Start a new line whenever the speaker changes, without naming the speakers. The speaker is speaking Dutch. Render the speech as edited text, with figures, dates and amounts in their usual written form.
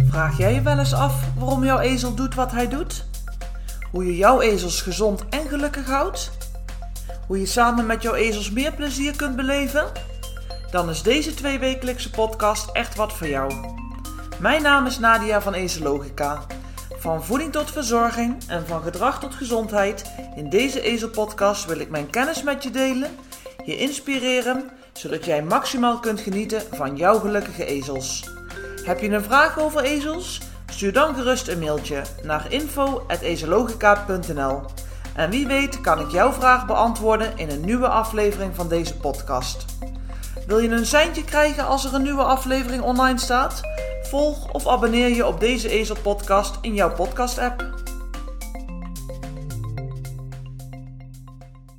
Vraag jij je wel eens af waarom jouw ezel doet wat hij doet? Hoe je jouw ezels gezond en gelukkig houdt? Hoe je samen met jouw ezels meer plezier kunt beleven? Dan is deze 2-wekelijkse podcast echt wat voor jou. Mijn naam is Nadia van Ezellogica. Van voeding tot verzorging en van gedrag tot gezondheid. In deze ezelpodcast wil ik mijn kennis met je delen, je inspireren, zodat jij maximaal kunt genieten van jouw gelukkige ezels. Heb je een vraag over ezels? Stuur dan gerust een mailtje naar info@ezellogica.nl. En wie weet kan ik jouw vraag beantwoorden in een nieuwe aflevering van deze podcast. Wil je een seintje krijgen als er een nieuwe aflevering online staat? Volg of abonneer je op deze ezelpodcast in jouw podcast-app.